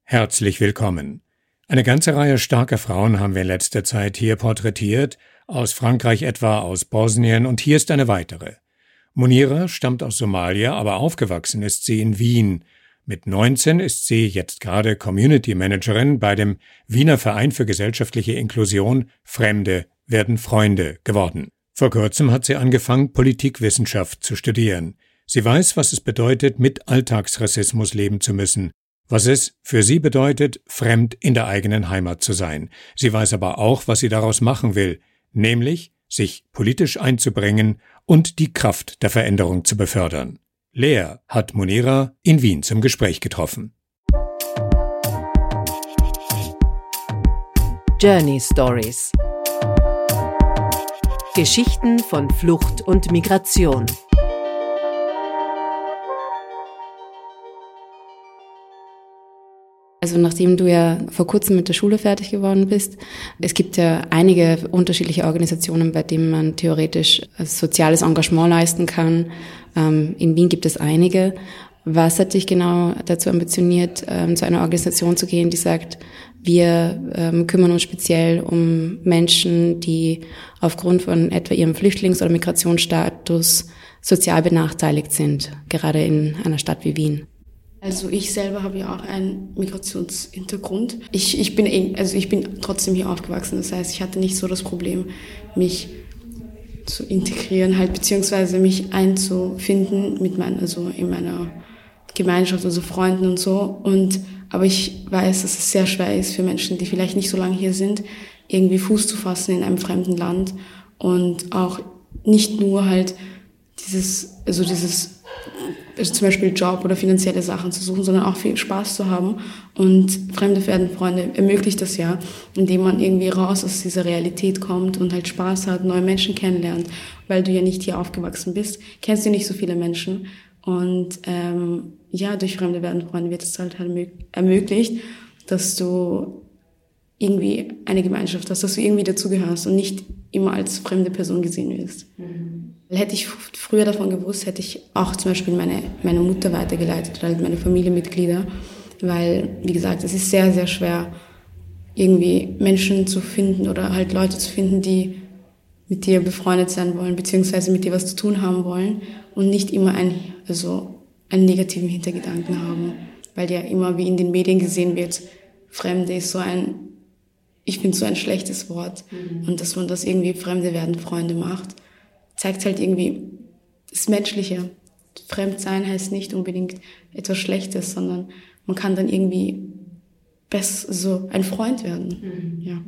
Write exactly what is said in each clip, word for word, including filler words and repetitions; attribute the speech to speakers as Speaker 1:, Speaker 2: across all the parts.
Speaker 1: Herzlich willkommen. Eine ganze Reihe starker Frauen haben wir in letzter Zeit hier porträtiert, aus Frankreich etwa, aus Bosnien, und hier ist eine weitere. Munira stammt aus Somalia, aber aufgewachsen ist sie in Wien. Mit neunzehn ist sie jetzt gerade Community Managerin bei dem Wiener Verein für gesellschaftliche Inklusion Fremde werden Freunde geworden. Vor kurzem hat sie angefangen, Politikwissenschaft zu studieren. Sie weiß, was es bedeutet, mit Alltagsrassismus leben zu müssen, was es für sie bedeutet, fremd in der eigenen Heimat zu sein. Sie weiß aber auch, was sie daraus machen will, nämlich sich politisch einzubringen und die Kraft der Veränderung zu befördern. Lea hat Munira in Wien zum Gespräch getroffen.
Speaker 2: Journey Stories. Geschichten von Flucht und Migration.
Speaker 3: Also nachdem du ja vor kurzem mit der Schule fertig geworden bist, es gibt ja einige unterschiedliche Organisationen, bei denen man theoretisch soziales Engagement leisten kann. In Wien gibt es einige. Was hat dich genau dazu ambitioniert, zu einer Organisation zu gehen, die sagt, wir kümmern uns speziell um Menschen, die aufgrund von etwa ihrem Flüchtlings- oder Migrationsstatus sozial benachteiligt sind, gerade in einer Stadt wie Wien?
Speaker 4: Also ich selber habe ja auch einen Migrationshintergrund. Ich, ich bin also ich bin trotzdem hier aufgewachsen. Das heißt, ich hatte nicht so das Problem, mich zu integrieren, halt beziehungsweise mich einzufinden mit meinen, also in meiner Gemeinschaft, also Freunden und so. Und aber ich weiß, dass es sehr schwer ist für Menschen, die vielleicht nicht so lange hier sind, irgendwie Fuß zu fassen in einem fremden Land und auch nicht nur halt dieses, also dieses also zum Beispiel Job oder finanzielle Sachen zu suchen, sondern auch viel Spaß zu haben. Und Fremde werden Freunde ermöglicht das ja, indem man irgendwie raus aus dieser Realität kommt und halt Spaß hat, neue Menschen kennenlernt. Weil du ja nicht hier aufgewachsen bist, kennst du nicht so viele Menschen. Und ähm, ja, durch Fremde werden Freunde wird es halt, halt ermöglicht, dass du irgendwie eine Gemeinschaft hast, dass du irgendwie dazugehörst und nicht immer als fremde Person gesehen wirst. Mhm. Hätte ich früher davon gewusst, hätte ich auch zum Beispiel meine, meine Mutter weitergeleitet oder halt meine Familienmitglieder, weil, wie gesagt, es ist sehr, sehr schwer, irgendwie Menschen zu finden oder halt Leute zu finden, die mit dir befreundet sein wollen, beziehungsweise mit dir was zu tun haben wollen und nicht immer ein, also einen negativen Hintergedanken haben, weil ja immer wie in den Medien gesehen wird, Fremde ist so ein, ich finde so ein schlechtes Wort, mhm. Und dass man das irgendwie Fremde werden Freunde macht, zeigt halt irgendwie das Menschliche. Fremdsein heißt nicht unbedingt etwas Schlechtes, sondern man kann dann irgendwie besser so ein Freund werden. Mhm. Ja.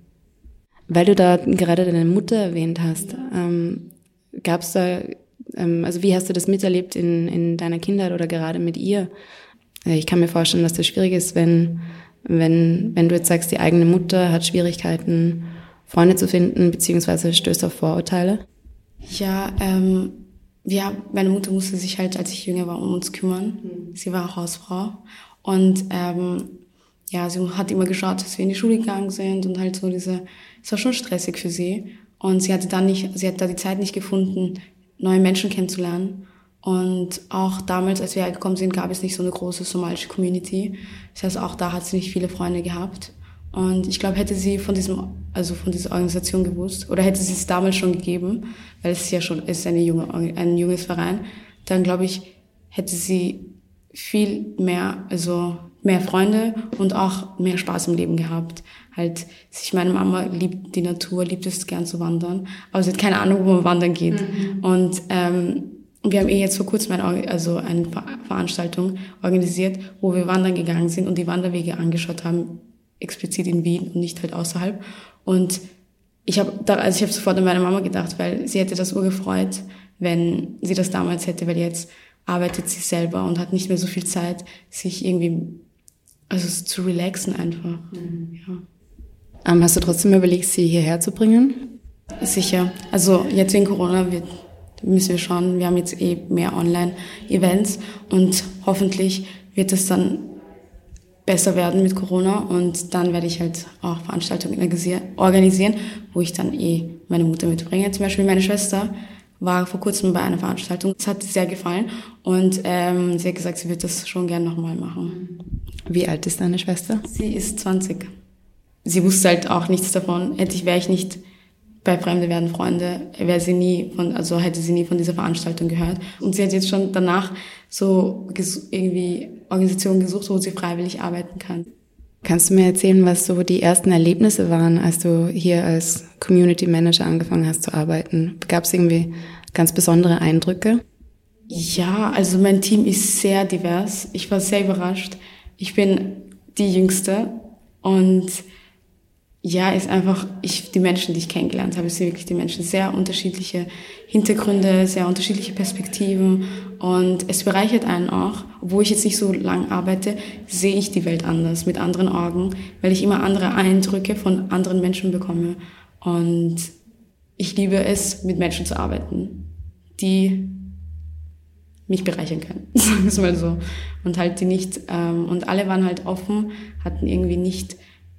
Speaker 3: Weil du da gerade deine Mutter erwähnt hast, ähm, gab es da, ähm, also wie hast du das miterlebt in, in deiner Kindheit oder gerade mit ihr? Ich kann mir vorstellen, dass das schwierig ist, wenn, wenn, wenn du jetzt sagst, die eigene Mutter hat Schwierigkeiten, Freunde zu finden, beziehungsweise stößt auf Vorurteile.
Speaker 4: Ja, ähm, ja, meine Mutter musste sich halt, als ich jünger war, um uns kümmern. Mhm. Sie war Hausfrau und ähm, ja, sie hat immer geschaut, dass wir in die Schule gegangen sind und halt so diese, es war schon stressig für sie und sie hatte dann nicht, sie hat da die Zeit nicht gefunden, neue Menschen kennenzulernen. Und auch damals, als wir hergekommen sind, gab es nicht so eine große somalische Community. Das heißt, auch da hat sie nicht viele Freunde gehabt. Und ich glaube, hätte sie von diesem, also von dieser Organisation gewusst, oder hätte sie es damals schon gegeben, weil es ja schon ist eine junge, ein junges Verein, dann glaube ich, hätte sie viel mehr, also mehr Freunde und auch mehr Spaß im Leben gehabt. Halt, sich meine Mama liebt die Natur, liebt es gern zu wandern, aber sie hat keine Ahnung, wo man wandern geht. Mhm. Und ähm, wir haben eh jetzt vor kurzem eine, also eine Veranstaltung organisiert, wo wir wandern gegangen sind und die Wanderwege angeschaut haben, explizit in Wien und nicht halt außerhalb. Und ich habe da, also ich habe sofort an meine Mama gedacht, weil sie hätte das urgefreut, wenn sie das damals hätte, weil jetzt arbeitet sie selber und hat nicht mehr so viel Zeit, sich irgendwie, also zu relaxen einfach. Mhm. Ja.
Speaker 3: Ähm, hast du trotzdem überlegt, sie hierher zu bringen?
Speaker 4: Sicher. Also jetzt wegen Corona wird, müssen wir schauen, wir haben jetzt eh mehr Online-Events und hoffentlich wird es dann besser werden mit Corona und dann werde ich halt auch Veranstaltungen organisieren, wo ich dann eh meine Mutter mitbringe. Zum Beispiel meine Schwester war vor kurzem bei einer Veranstaltung. Es hat ihr sehr gefallen und ähm, sie hat gesagt, sie wird das schon gern nochmal machen.
Speaker 3: Wie alt ist deine Schwester?
Speaker 4: Sie ist zwanzig. Sie wusste halt auch nichts davon. Hätte ich, wäre ich nicht bei Fremde werden Freunde, wäre sie nie von, also hätte sie nie von dieser Veranstaltung gehört. Und sie hat jetzt schon danach so ges- irgendwie Organisationen gesucht, wo sie freiwillig arbeiten kann.
Speaker 3: Kannst du mir erzählen, was so die ersten Erlebnisse waren, als du hier als Community Manager angefangen hast zu arbeiten? Gab es irgendwie ganz besondere Eindrücke?
Speaker 4: Ja, also mein Team ist sehr divers. Ich war sehr überrascht. Ich bin die Jüngste und ja, ist einfach, ich, die Menschen, die ich kennengelernt habe, sind wirklich die Menschen, sehr unterschiedliche Hintergründe, sehr unterschiedliche Perspektiven und es bereichert einen auch. Obwohl ich jetzt nicht so lang arbeite, sehe ich die Welt anders, mit anderen Augen, weil ich immer andere Eindrücke von anderen Menschen bekomme und ich liebe es, mit Menschen zu arbeiten, die mich bereichern können, sagen wir es mal so. Und halt die nicht, ähm, und alle waren halt offen, hatten irgendwie nicht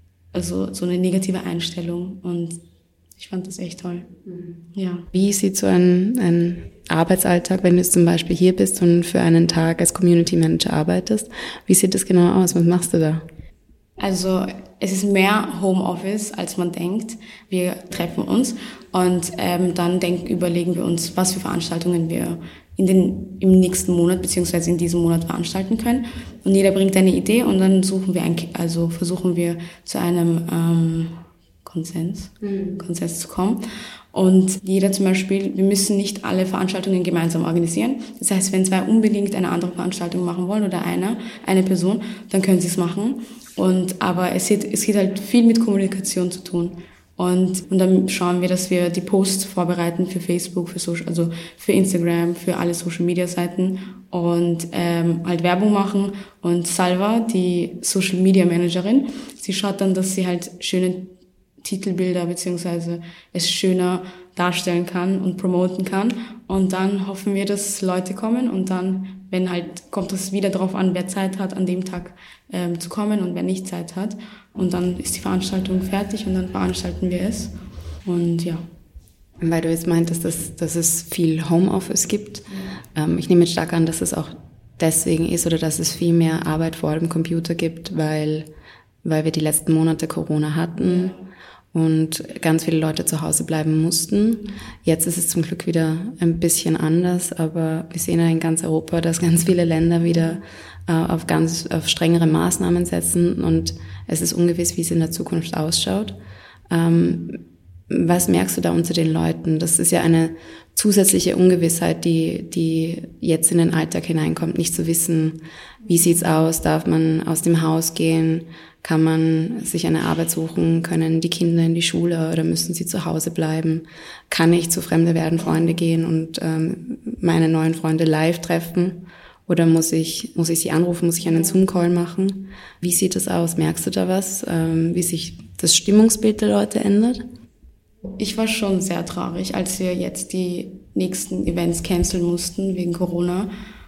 Speaker 4: also so eine negative Einstellung und ich fand das echt toll. Mhm. Ja.
Speaker 3: Wie sieht so ein, ein Arbeitsalltag, wenn du jetzt zum Beispiel hier bist und für einen Tag als Community Manager arbeitest? Wie sieht das genau aus? Was machst du da?
Speaker 4: Also es ist mehr Homeoffice, als man denkt. Wir treffen uns und ähm, dann denk, überlegen wir uns, was für Veranstaltungen wir in den, im nächsten Monat beziehungsweise in diesem Monat veranstalten können. Und jeder bringt eine Idee und dann suchen wir ein, also versuchen wir zu einem ähm, Konsens, mhm. Konsens zu kommen. Und jeder zum Beispiel, wir müssen nicht alle Veranstaltungen gemeinsam organisieren. Das heißt, wenn zwei unbedingt eine andere Veranstaltung machen wollen oder einer, eine Person, dann können sie es machen. Und aber es geht, es geht halt viel mit Kommunikation zu tun. Und, und dann schauen wir, dass wir die Posts vorbereiten für Facebook, für Social, also für Instagram, für alle Social Media Seiten und ähm, halt Werbung machen. Und Salva, die Social Media Managerin, sie schaut dann, dass sie halt schöne Titelbilder beziehungsweise es schöner darstellen kann und promoten kann. Und dann hoffen wir, dass Leute kommen und dann, wenn halt, kommt es wieder drauf an, wer Zeit hat, an dem Tag ähm, zu kommen und wer nicht Zeit hat. Und dann ist die Veranstaltung fertig und dann veranstalten wir es. Und ja.
Speaker 3: Weil du jetzt meintest, dass, dass es viel Homeoffice gibt. Ähm, ich nehme jetzt stark an, dass es auch deswegen ist oder dass es viel mehr Arbeit vor dem Computer gibt, weil, weil wir die letzten Monate Corona hatten und ganz viele Leute zu Hause bleiben mussten. Jetzt ist es zum Glück wieder ein bisschen anders, aber wir sehen ja in ganz Europa, dass ganz viele Länder wieder äh, auf ganz auf strengere Maßnahmen setzen und es ist ungewiss, wie es in der Zukunft ausschaut. Ähm, was merkst du da unter den Leuten? Das ist ja eine zusätzliche Ungewissheit, die, die jetzt in den Alltag hineinkommt, nicht zu wissen, wie sieht's aus, darf man aus dem Haus gehen, kann man sich eine Arbeit suchen, können die Kinder in die Schule oder müssen sie zu Hause bleiben, kann ich zu Fremde werden Freunde gehen und ähm, meine neuen Freunde live treffen oder muss ich, muss ich sie anrufen, muss ich einen Zoom-Call machen? Wie sieht das aus? Merkst du da was, ähm, wie sich das Stimmungsbild der Leute ändert?
Speaker 4: Ich war schon sehr traurig, als wir jetzt die nächsten Events canceln mussten wegen Corona.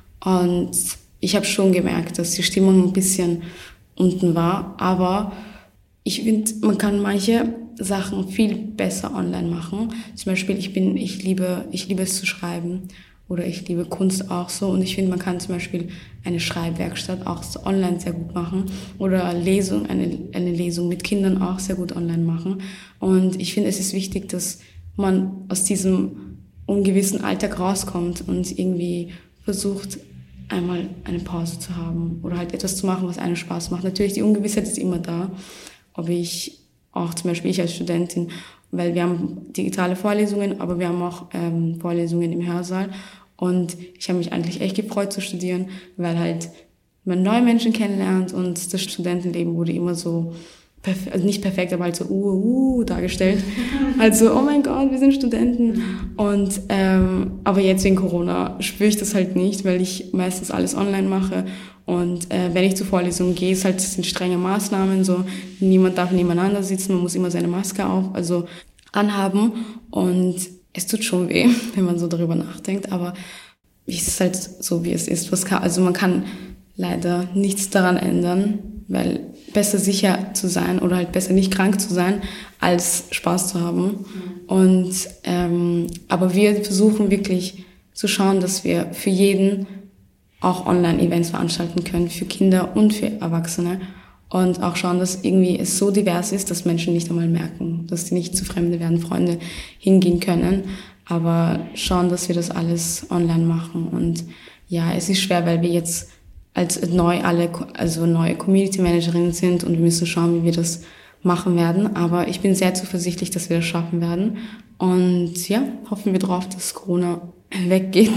Speaker 4: Und ich habe schon gemerkt, dass die Stimmung ein bisschen unten war. Aber ich finde, man kann manche Sachen viel besser online machen. Zum Beispiel, ich bin, ich liebe, ich liebe es zu schreiben. Oder ich liebe Kunst auch so. Und ich finde, man kann zum Beispiel eine Schreibwerkstatt auch so online sehr gut machen. Oder Lesung, eine, eine Lesung mit Kindern auch sehr gut online machen. Und ich finde, es ist wichtig, dass man aus diesem ungewissen Alltag rauskommt und irgendwie versucht, einmal eine Pause zu haben. Oder halt etwas zu machen, was einem Spaß macht. Natürlich, die Ungewissheit ist immer da. Ob ich auch zum Beispiel ich als Studentin, weil wir haben digitale Vorlesungen, aber wir haben auch ähm, Vorlesungen im Hörsaal. Und ich habe mich eigentlich echt gefreut zu studieren, weil halt man neue Menschen kennenlernt und das Studentenleben wurde immer so, perf- also nicht perfekt, aber halt so uh, uh, dargestellt. Also, oh mein Gott, wir sind Studenten. Und ähm, aber jetzt wegen Corona spüre ich das halt nicht, weil ich meistens alles online mache. Und äh, wenn ich zur Vorlesung gehe, ist halt, das sind strenge Maßnahmen, so niemand darf nebeneinander sitzen, man muss immer seine Maske auf, also anhaben und es tut schon weh, wenn man so darüber nachdenkt, aber es ist halt so, wie es ist. Was kann, also man kann leider nichts daran ändern weil besser sicher zu sein oder halt besser nicht krank zu sein, als Spaß zu haben. Mhm. Und ähm, aber wir versuchen wirklich zu schauen, dass wir für jeden auch Online-Events veranstalten können, für Kinder und für Erwachsene. Und auch schauen, dass irgendwie es so divers ist, dass Menschen nicht einmal merken, dass sie nicht zu Fremde werden, Freunde hingehen können. Aber schauen, dass wir das alles online machen. Und ja, es ist schwer, weil wir jetzt als neu alle, also neue Community Managerinnen sind und wir müssen schauen, wie wir das machen werden. Aber ich bin sehr zuversichtlich, dass wir das schaffen werden. Und ja, hoffen wir drauf, dass Corona weggeht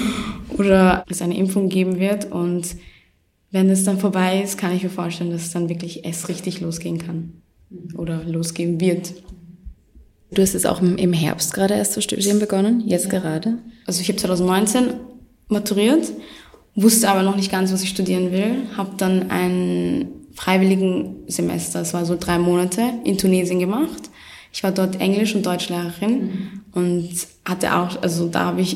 Speaker 4: oder es eine Impfung geben wird. Und wenn es dann vorbei ist, kann ich mir vorstellen, dass es dann wirklich erst richtig losgehen kann oder losgehen wird.
Speaker 3: Du hast jetzt auch im Herbst gerade erst zu studieren begonnen, jetzt ja. gerade?
Speaker 4: Also ich habe zwanzig neunzehn maturiert, wusste aber noch nicht ganz, was ich studieren will. Habe dann ein freiwilligen Semester, das war so drei Monate, in Tunesien gemacht. Ich war dort Englisch- und Deutschlehrerin mhm. und hatte auch, also da habe ich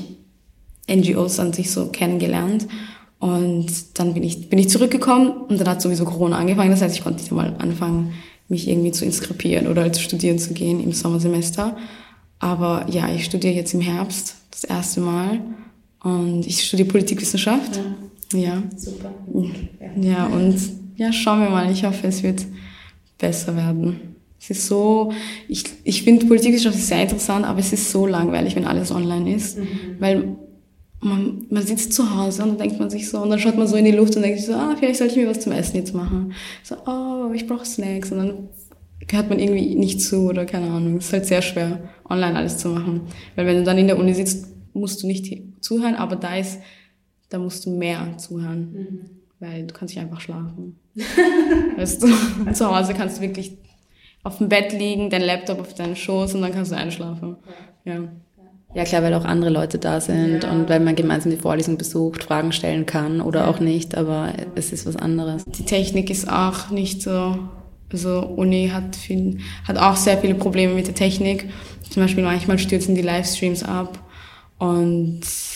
Speaker 4: N G Os an sich so kennengelernt. Und dann bin ich bin ich zurückgekommen und dann hat sowieso Corona angefangen. Das heißt, ich konnte nicht einmal anfangen, mich irgendwie zu inskribieren oder halt studieren zu gehen im Sommersemester. Aber ja, ich studiere jetzt im Herbst das erste Mal und ich studiere Politikwissenschaft. Ja, ja. Super. Ja, und ja, schauen wir mal. Ich hoffe, es wird besser werden. Es ist so, ich ich finde Politikwissenschaft ist sehr interessant, aber es ist so langweilig, wenn alles online ist, mhm. weil Man, man sitzt zu Hause und dann denkt man sich so, und dann schaut man so in die Luft und denkt sich so, ah, vielleicht sollte ich mir was zum Essen jetzt machen. So, oh, ich brauche Snacks. Und dann hört man irgendwie nicht zu oder keine Ahnung. Es ist halt sehr schwer, online alles zu machen. Weil wenn du dann in der Uni sitzt, musst du nicht zuhören, aber da ist, da musst du mehr zuhören. Mhm. Weil du kannst nicht einfach schlafen. Weißt du, zu Hause kannst du wirklich auf dem Bett liegen, dein Laptop auf deinen Schoß und dann kannst du einschlafen. Ja.
Speaker 3: Ja klar, weil auch andere Leute da sind ja. und weil man gemeinsam die Vorlesung besucht, Fragen stellen kann oder ja. auch nicht, aber es ist was anderes.
Speaker 4: Die Technik ist auch nicht so, also Uni hat viel, hat auch sehr viele Probleme mit der Technik. Zum Beispiel manchmal stürzen die Livestreams ab und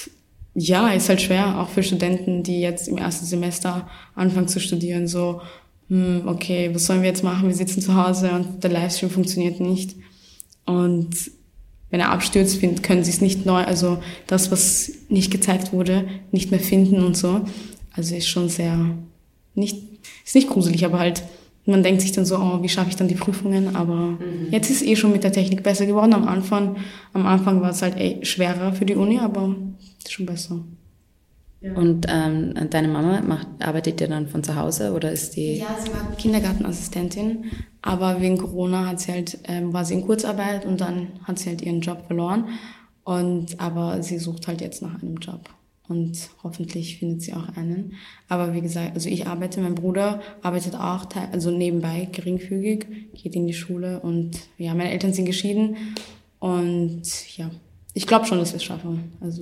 Speaker 4: ja, ist halt schwer, auch für Studenten, die jetzt im ersten Semester anfangen zu studieren, so, hm, okay, was sollen wir jetzt machen? Wir sitzen zu Hause und der Livestream funktioniert nicht und wenn er abstürzt, können sie es nicht neu, also das, was nicht gezeigt wurde, nicht mehr finden und so. Also ist schon sehr, nicht, ist nicht gruselig, aber halt, man denkt sich dann so, oh, wie schaffe ich dann die Prüfungen? Aber mhm. jetzt ist eh schon mit der Technik besser geworden. Am Anfang, am Anfang war es halt eh schwerer für die Uni, aber ist schon besser.
Speaker 3: Ja. Und ähm, deine Mama macht, arbeitet ja dann von zu Hause oder ist die?
Speaker 4: Ja, sie war Kindergartenassistentin, aber wegen Corona hat sie halt, ähm, war sie in Kurzarbeit und dann hat sie halt ihren Job verloren. Und aber sie sucht halt jetzt nach einem Job und hoffentlich findet sie auch einen. Aber wie gesagt, also ich arbeite, mein Bruder arbeitet auch, also nebenbei geringfügig, geht in die Schule und ja, meine Eltern sind geschieden und ja, ich glaube schon, dass wir es schaffen. Also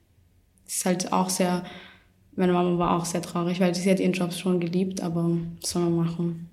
Speaker 4: es ist halt auch sehr, meine Mama war auch sehr traurig, weil sie hat ihren Job schon geliebt, aber was soll man machen?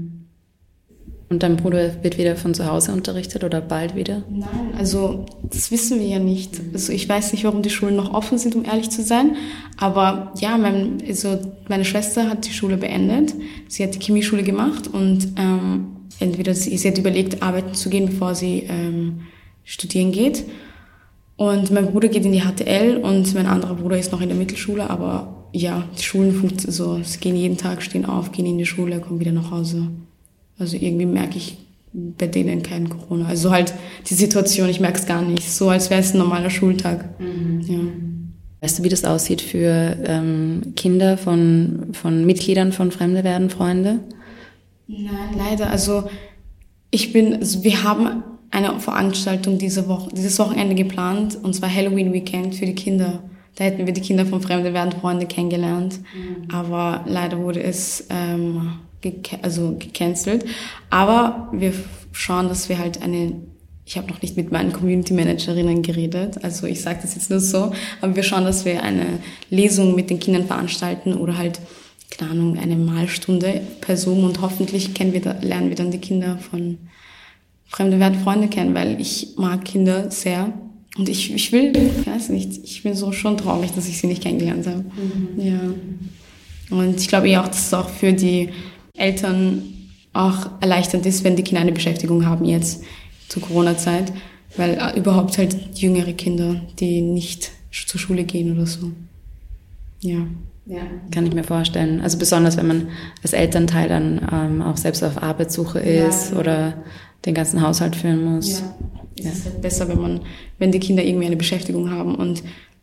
Speaker 3: Und dein Bruder wird wieder von zu Hause unterrichtet oder bald wieder?
Speaker 4: Nein, also das wissen wir ja nicht. Also ich weiß nicht, warum die Schulen noch offen sind, um ehrlich zu sein. Aber ja, mein, also meine Schwester hat die Schule beendet. Sie hat die Chemieschule gemacht und ähm, entweder sie, sie hat überlegt, arbeiten zu gehen, bevor sie ähm, studieren geht. Und mein Bruder geht in die H T L und mein anderer Bruder ist noch in der Mittelschule, aber ja, die Schulen funktionieren so, sie gehen jeden Tag, stehen auf, gehen in die Schule, kommen wieder nach Hause. Also irgendwie merke ich bei denen kein Corona. Also halt die Situation, ich merke es gar nicht, so als wäre es ein normaler Schultag. Mhm. Ja.
Speaker 3: Weißt du, wie das aussieht für ähm, Kinder von, von Mitgliedern von Fremde werden Freunde?
Speaker 4: Nein, leider. Also ich bin, also wir haben eine Veranstaltung diese Woche, dieses Wochenende geplant, und zwar Halloween Weekend für die Kinder. Da hätten wir die Kinder von Fremde werden Freunde kennengelernt, mhm. aber leider wurde es ähm, gec- also gecancelt. Aber wir schauen, dass wir halt eine, ich habe noch nicht mit meinen Community Managerinnen geredet, also ich sage das jetzt nur so, aber wir schauen, dass wir eine Lesung mit den Kindern veranstalten oder halt, keine Ahnung, eine Malstunde per Zoom, und hoffentlich kennen wir da, lernen wir dann die Kinder von Fremde werden Freunde kennen, weil ich mag Kinder sehr und ich ich will, ich weiß nicht, ich bin so schon traurig, dass ich sie nicht kennengelernt habe. Mhm. Ja. Und ich glaube eh auch, dass es auch für die Eltern auch erleichternd ist, wenn die Kinder eine Beschäftigung haben jetzt zur Corona-Zeit, weil überhaupt halt jüngere Kinder, die nicht zur Schule gehen oder so. Ja.
Speaker 3: Ja, kann ich mir vorstellen. Also besonders, wenn man als Elternteil dann ähm, auch selbst auf Arbeitssuche ist, ja, oder den ganzen Haushalt führen muss.
Speaker 4: Ja. Ja. Es ist halt besser, wenn man, wenn die Kinder irgendwie eine Beschäftigung haben, und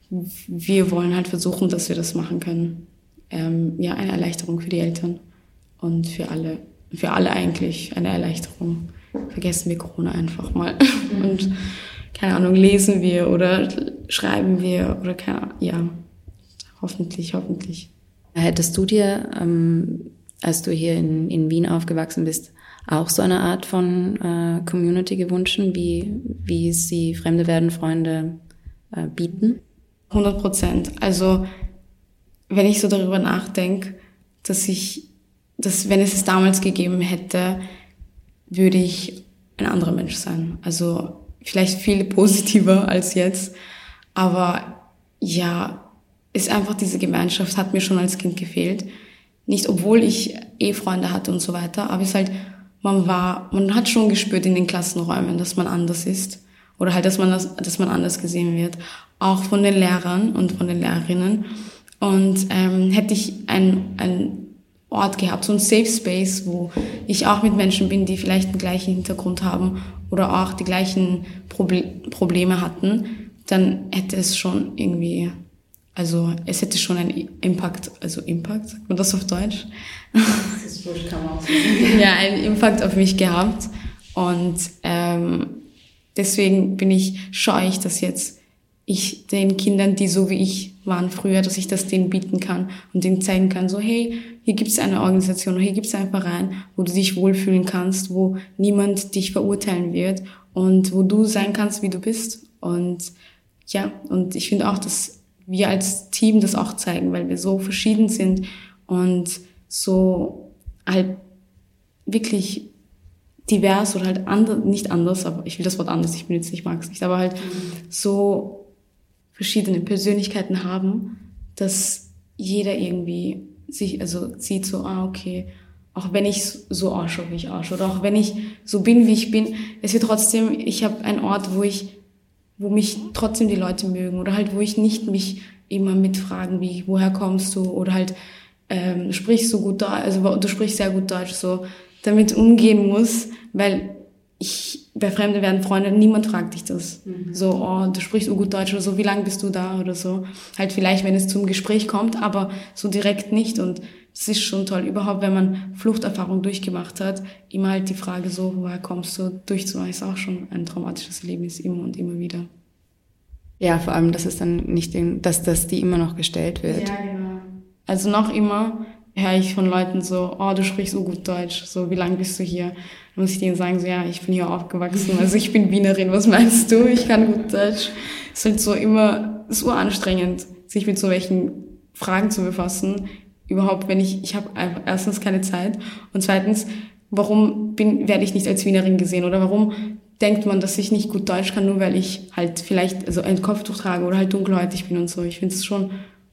Speaker 4: wir wollen halt versuchen, dass wir das machen können. Ähm, ja, eine Erleichterung für die Eltern und für alle, für alle eigentlich eine Erleichterung. Vergessen wir Corona einfach mal. Mhm. Und keine Ahnung, lesen wir oder schreiben wir oder keine Ahnung, ja. Hoffentlich, hoffentlich.
Speaker 3: Hättest du dir, ähm, als du hier in, in Wien aufgewachsen bist, auch so eine Art von äh, Community gewünscht, wie, wie sie Fremde werden Freunde äh, bieten?
Speaker 4: hundert Prozent. Also wenn ich so darüber nachdenke, dass ich, dass wenn es es damals gegeben hätte, würde ich ein anderer Mensch sein. Also vielleicht viel positiver als jetzt. Aber ja, ist einfach diese Gemeinschaft, hat mir schon als Kind gefehlt. Nicht, obwohl ich eh Freunde hatte und so weiter, aber es ist halt, man war, man hat schon gespürt in den Klassenräumen, dass man anders ist. Oder halt, dass man das, dass man anders gesehen wird. Auch von den Lehrern und von den Lehrerinnen. Und ähm, hätte ich ein, ein Ort gehabt, so ein Safe Space, wo ich auch mit Menschen bin, die vielleicht den gleichen Hintergrund haben oder auch die gleichen Proble- Probleme hatten, dann hätte es schon irgendwie, also es hätte schon einen Impact, also Impact, sagt man das auf Deutsch?
Speaker 3: Das ist wurscht, kann man auch sagen.
Speaker 4: Ja, einen Impact auf mich gehabt. Und ähm, deswegen bin ich scheu, dass jetzt ich den Kindern, die so wie ich waren früher, dass ich das denen bieten kann und denen zeigen kann, so hey, hier gibt es eine Organisation, hier gibt es einen Verein, wo du dich wohlfühlen kannst, wo niemand dich verurteilen wird und wo du sein kannst, wie du bist. Und ja, und ich finde auch, dass wir als Team das auch zeigen, weil wir so verschieden sind und so halt wirklich divers oder halt anders, nicht anders, aber ich will das Wort anders, ich benutze, ich mag es nicht, aber halt mhm. so verschiedene Persönlichkeiten haben, dass jeder irgendwie sich, also sieht so, ah, okay, auch wenn ich so ausschaue, wie ich ausschaue, oder auch wenn ich so bin, wie ich bin, es wird trotzdem, ich habe einen Ort, wo ich, wo mich trotzdem die Leute mögen, oder halt, wo ich nicht mich immer mitfragen, wie, woher kommst du, oder halt, ähm, sprichst du gut Deutsch, also du sprichst sehr gut Deutsch, so, damit umgehen muss, weil ich, bei Fremden werden Freunde, niemand fragt dich das. Mhm. So, oh, du sprichst so gut Deutsch oder so, wie lange bist du da oder so. Halt vielleicht, wenn es zum Gespräch kommt, aber so direkt nicht. Und es ist schon toll, überhaupt, wenn man Fluchterfahrung durchgemacht hat, immer halt die Frage so, woher kommst du, durchzumachen, ist auch schon ein traumatisches Erlebnis, immer und immer wieder.
Speaker 3: Ja, vor allem, dass es dann nicht, dass das die immer noch gestellt wird.
Speaker 4: Ja, genau. Also noch immer höre ich von Leuten so, oh, du sprichst so gut Deutsch, so, wie lange bist du hier? Dann muss ich denen sagen, so, ja, ich bin hier aufgewachsen, also ich bin Wienerin, was meinst du? Ich kann gut Deutsch. Es ist halt so immer, es ist uranstrengend, sich mit so welchen Fragen zu befassen. Überhaupt, wenn ich, ich habe erstens keine Zeit und zweitens, warum bin, werde ich nicht als Wienerin gesehen oder warum denkt man, dass ich nicht gut Deutsch kann, nur weil ich halt vielleicht also ein Kopftuch trage oder halt dunkelhäutig bin und so. Ich finde es schon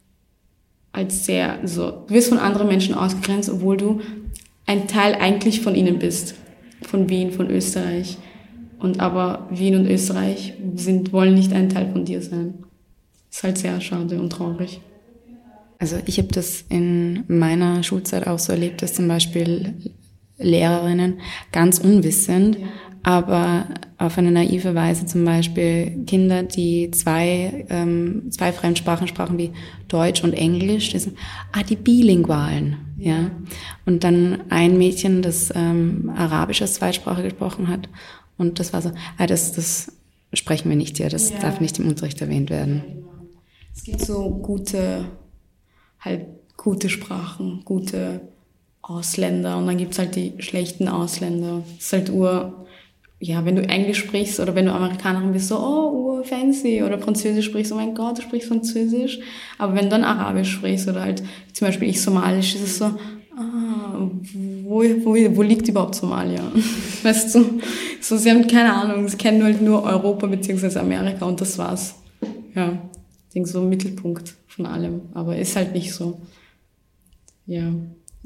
Speaker 4: als sehr, so, du wirst von anderen Menschen ausgegrenzt, obwohl du ein Teil eigentlich von ihnen bist. Von Wien, von Österreich. Und aber Wien und Österreich sind, wollen nicht ein Teil von dir sein. Ist halt sehr schade und traurig.
Speaker 3: Also ich habe das in meiner Schulzeit auch so erlebt, dass zum Beispiel Lehrerinnen ganz unwissend, ja. aber auf eine naive Weise zum Beispiel Kinder, die zwei ähm, zwei Fremdsprachen sprachen wie Deutsch und Englisch, die sind, ah, die Bilingualen, ja. ja. Und dann ein Mädchen, das ähm, Arabisch als Zweitsprache gesprochen hat und das war so, ah, das das sprechen wir nicht hier, das ja. darf nicht im Unterricht erwähnt werden.
Speaker 4: Es gibt so gute, halt gute Sprachen, gute Ausländer und dann gibt's halt die schlechten Ausländer. Das ist halt ur, ja, wenn du Englisch sprichst oder wenn du Amerikanerin bist, so, oh, ur fancy, oder Französisch sprichst, oh mein Gott, du sprichst Französisch. Aber wenn du dann Arabisch sprichst oder halt zum Beispiel ich Somalisch, ist es so, ah, wo, wo, wo liegt überhaupt Somalia? Weißt du, so, sie haben keine Ahnung, sie kennen halt nur Europa beziehungsweise Amerika und das war's. Ja, ich denke so Mittelpunkt von allem, aber ist halt nicht so. Ja.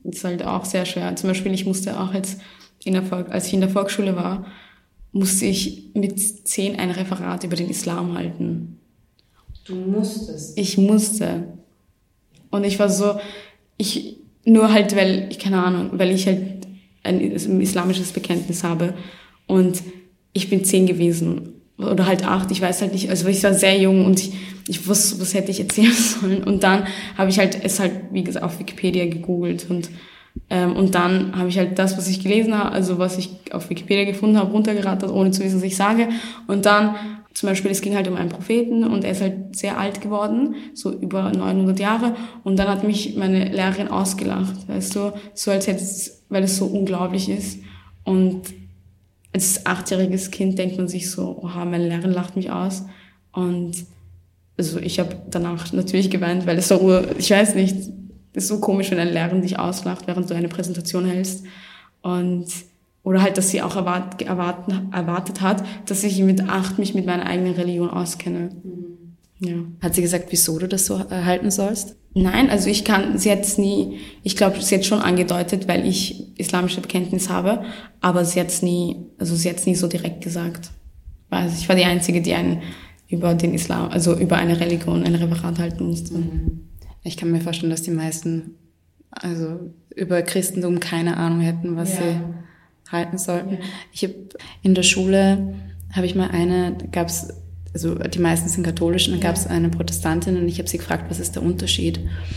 Speaker 4: das ist halt auch sehr schwer. Zum Beispiel, ich musste auch jetzt, in der Volk, als ich in der Volksschule war, musste ich mit zehn ein Referat über den Islam halten.
Speaker 3: Du musstest?
Speaker 4: Ich musste. Und ich war so, ich, nur halt, weil, ich keine Ahnung, weil ich halt ein islamisches Bekenntnis habe und ich bin zehn gewesen oder halt acht, ich weiß halt nicht, also ich war sehr jung und ich, ich wusste, was hätte ich erzählen sollen und dann habe ich halt es halt, wie gesagt, auf Wikipedia gegoogelt und ähm, und dann habe ich halt das, was ich gelesen habe, also was ich auf Wikipedia gefunden habe, runtergerattert, ohne zu wissen, was ich sage und dann zum Beispiel, es ging halt um einen Propheten und er ist halt sehr alt geworden, so über neunhundert Jahre. Und dann hat mich meine Lehrerin ausgelacht, weißt du, so als hätte es, weil es so unglaublich ist. Und als achtjähriges Kind denkt man sich so, oha, meine Lehrerin lacht mich aus. Und also ich habe danach natürlich geweint, weil es so, ich weiß nicht, es ist so komisch, wenn eine Lehrerin dich auslacht, während du eine Präsentation hältst. Und oder halt, dass sie auch erwart, erwartet, erwartet hat, dass ich mit acht mich mit meiner eigenen Religion auskenne. Mhm. Ja.
Speaker 3: Hat sie gesagt, wieso du das so erhalten sollst?
Speaker 4: Nein, also ich kann, sie hat es nie, ich glaube, sie hat schon angedeutet, weil ich islamische Bekenntnis habe, aber sie hat es nie, also sie hat es nie so direkt gesagt. Also ich war die Einzige, die einen über den Islam, also über eine Religion ein Referat halten musste.
Speaker 3: Mhm. Ich kann mir vorstellen, dass die meisten, also über Christentum keine Ahnung hätten, was ja. sie halten sollten. Ja. Ich habe in der Schule, habe ich mal eine, gab es, also die meisten sind katholisch, und dann ja. gab es eine Protestantin und ich habe sie gefragt, was ist der Unterschied?